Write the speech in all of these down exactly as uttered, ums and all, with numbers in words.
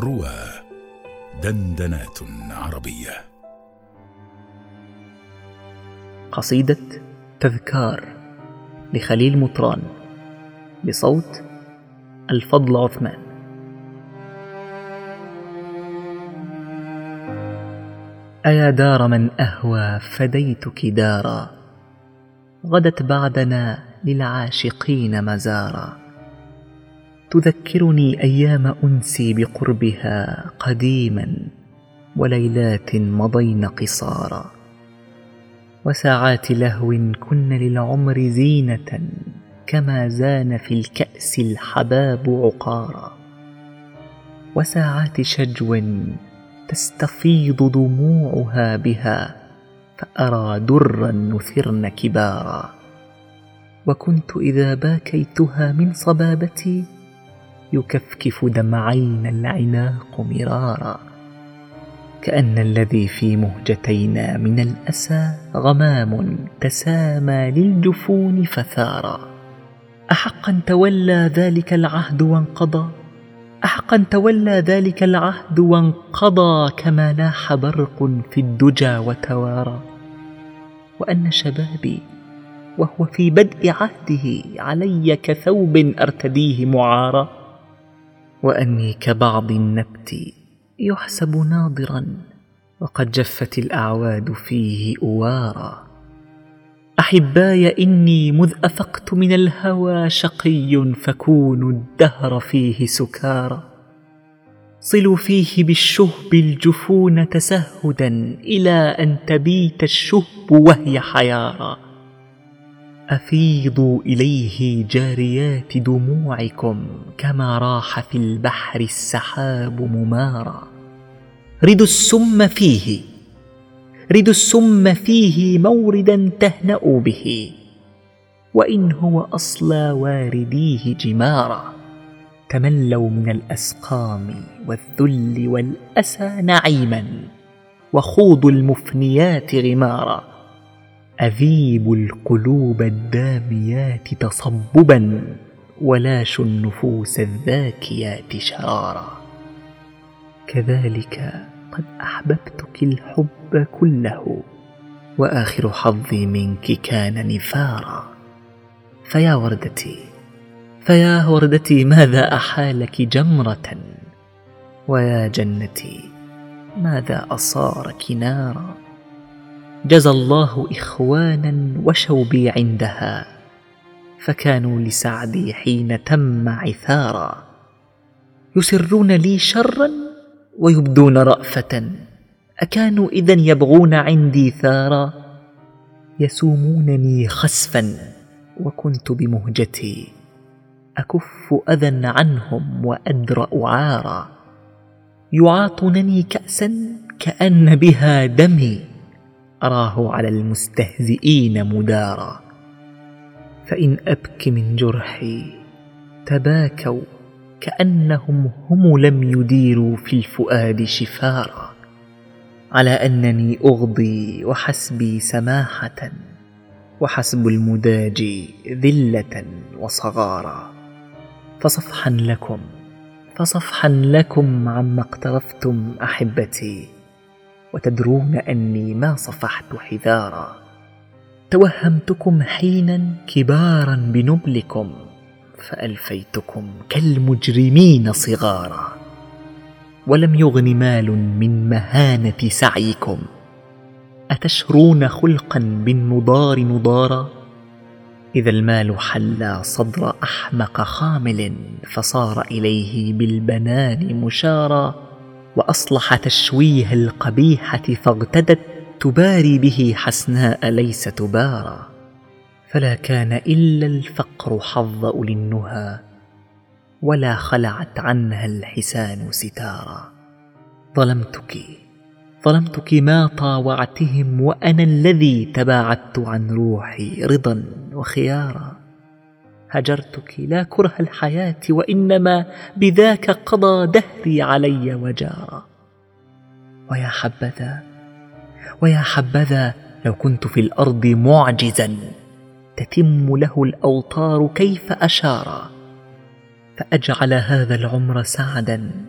روى دندنات عربية. قصيدة تذكار لخليل مطران بصوت الفضل عثمان. أيا دار من أهوى فديتك دارا، غدت بعدنا للعاشقين مزارا، تذكرني أيام أنسي بقربها قديما، وليلات مضين قصارا، وساعات لهو كن للعمر زينة، كما زان في الكأس الحباب عقارا، وساعات شجو تستفيض دموعها بها، فأرى درا نثرن كبارا، وكنت إذا باكيتها من صبابتي يكفكف دمعين العناق مرارا، كأن الذي في مهجتينا من الأسى غمام تسامى للجفون فثارا. أحقا تولى ذلك العهد وانقضى، أحقا تولى ذلك العهد وانقضى، كما لاح برق في الدجى وتوارى، وأن شبابي وهو في بدء عهده علي كثوب أرتديه معارا، وأني كبعض النبت يحسب ناضرا، وقد جفت الأعواد فيه أوارا. أحباي إني مذ أفقت من الهوى شقي، فكونوا الدهر فيه سكارى، صلوا فيه بالشهب الجفون تسهدا، إلى أن تبيت الشهب وهي حيارى. أفيضوا إليه جاريات دموعكم، كما راح في البحر السحاب ممارا، ردوا السم فيه ردوا السم فيه موردا تهنأوا به، وإن هو أصلى وارديه جمارا، تملوا من الأسقام والذل والأسى نعيما، وخوضوا المفنيات غمارا، أذيبوا القلوب الداميات تصببا، ولاشوا النفوس الذاكيات شرارا. كذلك قد أحببتك الحب كله، وآخر حظي منك كان نفارا. فيا وردتي فيا وردتي ماذا أحالك جمرة، ويا جنتي ماذا أصارك نارا. جزى الله إخوانا وشوا بي عندها، فكانوا لسعدي حين تم عثارا، يسرون لي شرا ويبدون رأفة، أكانوا إذن يبغون عندي ثارا. يسومونني خسفا وكنت بمهجتي، أكف أذى عنهم وأدرأ عارا، يعاطونني كأسا كأن بها دمي، أراه على المستهزئين مدارا. فإن أبك من جرحي تباكوا، كأنهم هم لم يديروا في الفؤاد شفارا، على أنني أغضي وحسبي سماحة، وحسب المداجي ذلة وصغارا. فصفحا لكم فصفحا لكم عما اقترفتم أحبتي، وتدرون أني ما صفحت حذارا. توهمتكم حينا كبارا بنبلكم، فألفيتكم كالمجرمين صغارا. ولم يغن مال من مهانة سعيكم، أتشرون خلقا بالنضار نضارا. إذا المال حلى صدر أحمق خامل، فصار إليه بالبنان مشارا، وأصلح تشويه القبيحة فاغتدت، تباري به حسناء ليس تبارا. فلا كان إلا الفقر حظ أولي النهى، ولا خلعت عنها الحسان ستارا. ظلمتك ظلمتك ما طاوعتهم، وأنا الذي تباعدت عن روحي رضا وخيارا. هجرتك لا كره الحياة، وإنما بذاك قضى دهري علي وجارا. ويا حبذا ويا حبذا لو كنت في الأرض معجزا، تتم له الأوطار كيف أشارا، فأجعل هذا العمر سعدا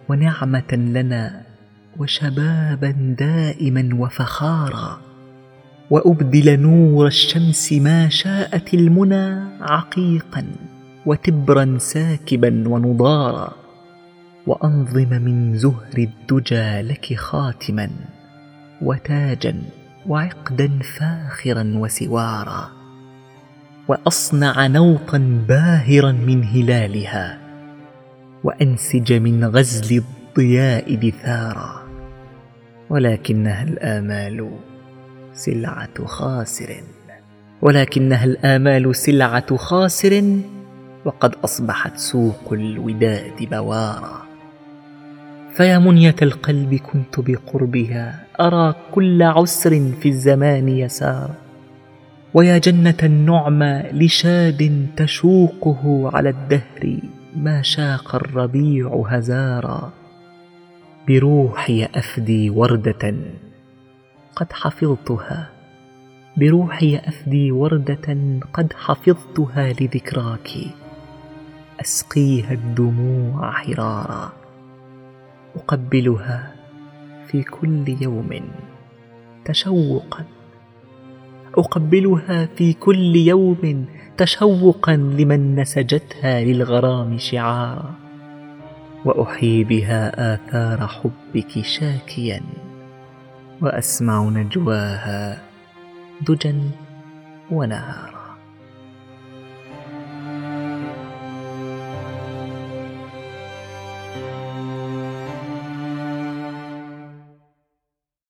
ونعمة لنا وشبابا دائما وفخارا، وأبدل نور الشمس ما شاءت المنى عقيقا وتبرا ساكبا ونضارا، وأنظم من زهر الدجى لك خاتما وتاجا وعقدا فاخرا وسوارا، وأصنع نوطا باهرا من هلالها، وأنسج من غزل الضياء دثارا. ولكنها الآمال سلعة خاسر، ولكنها الآمال سلعة خاسر، وقد أصبحت سوق الوداد بوارا. فيا منية القلب كنت بقربها أرى كل عسر في الزمان يسارا، ويا جنة النعمى لشاب تشوقه على الدهر ما شاق الربيع هزارا. بروحي أفدي وردة قد حفظتها، بروحي أفدي وردة قد حفظتها لذكراك، أسقيها الدموع حرارا، أقبلها في كل يوم تشوقا، أقبلها في كل يوم تشوقا لمن نسجتها للغرام شعارا، وأحيي بها آثار حبك شاكيا، وأسمع نجواها دجا ونهارا.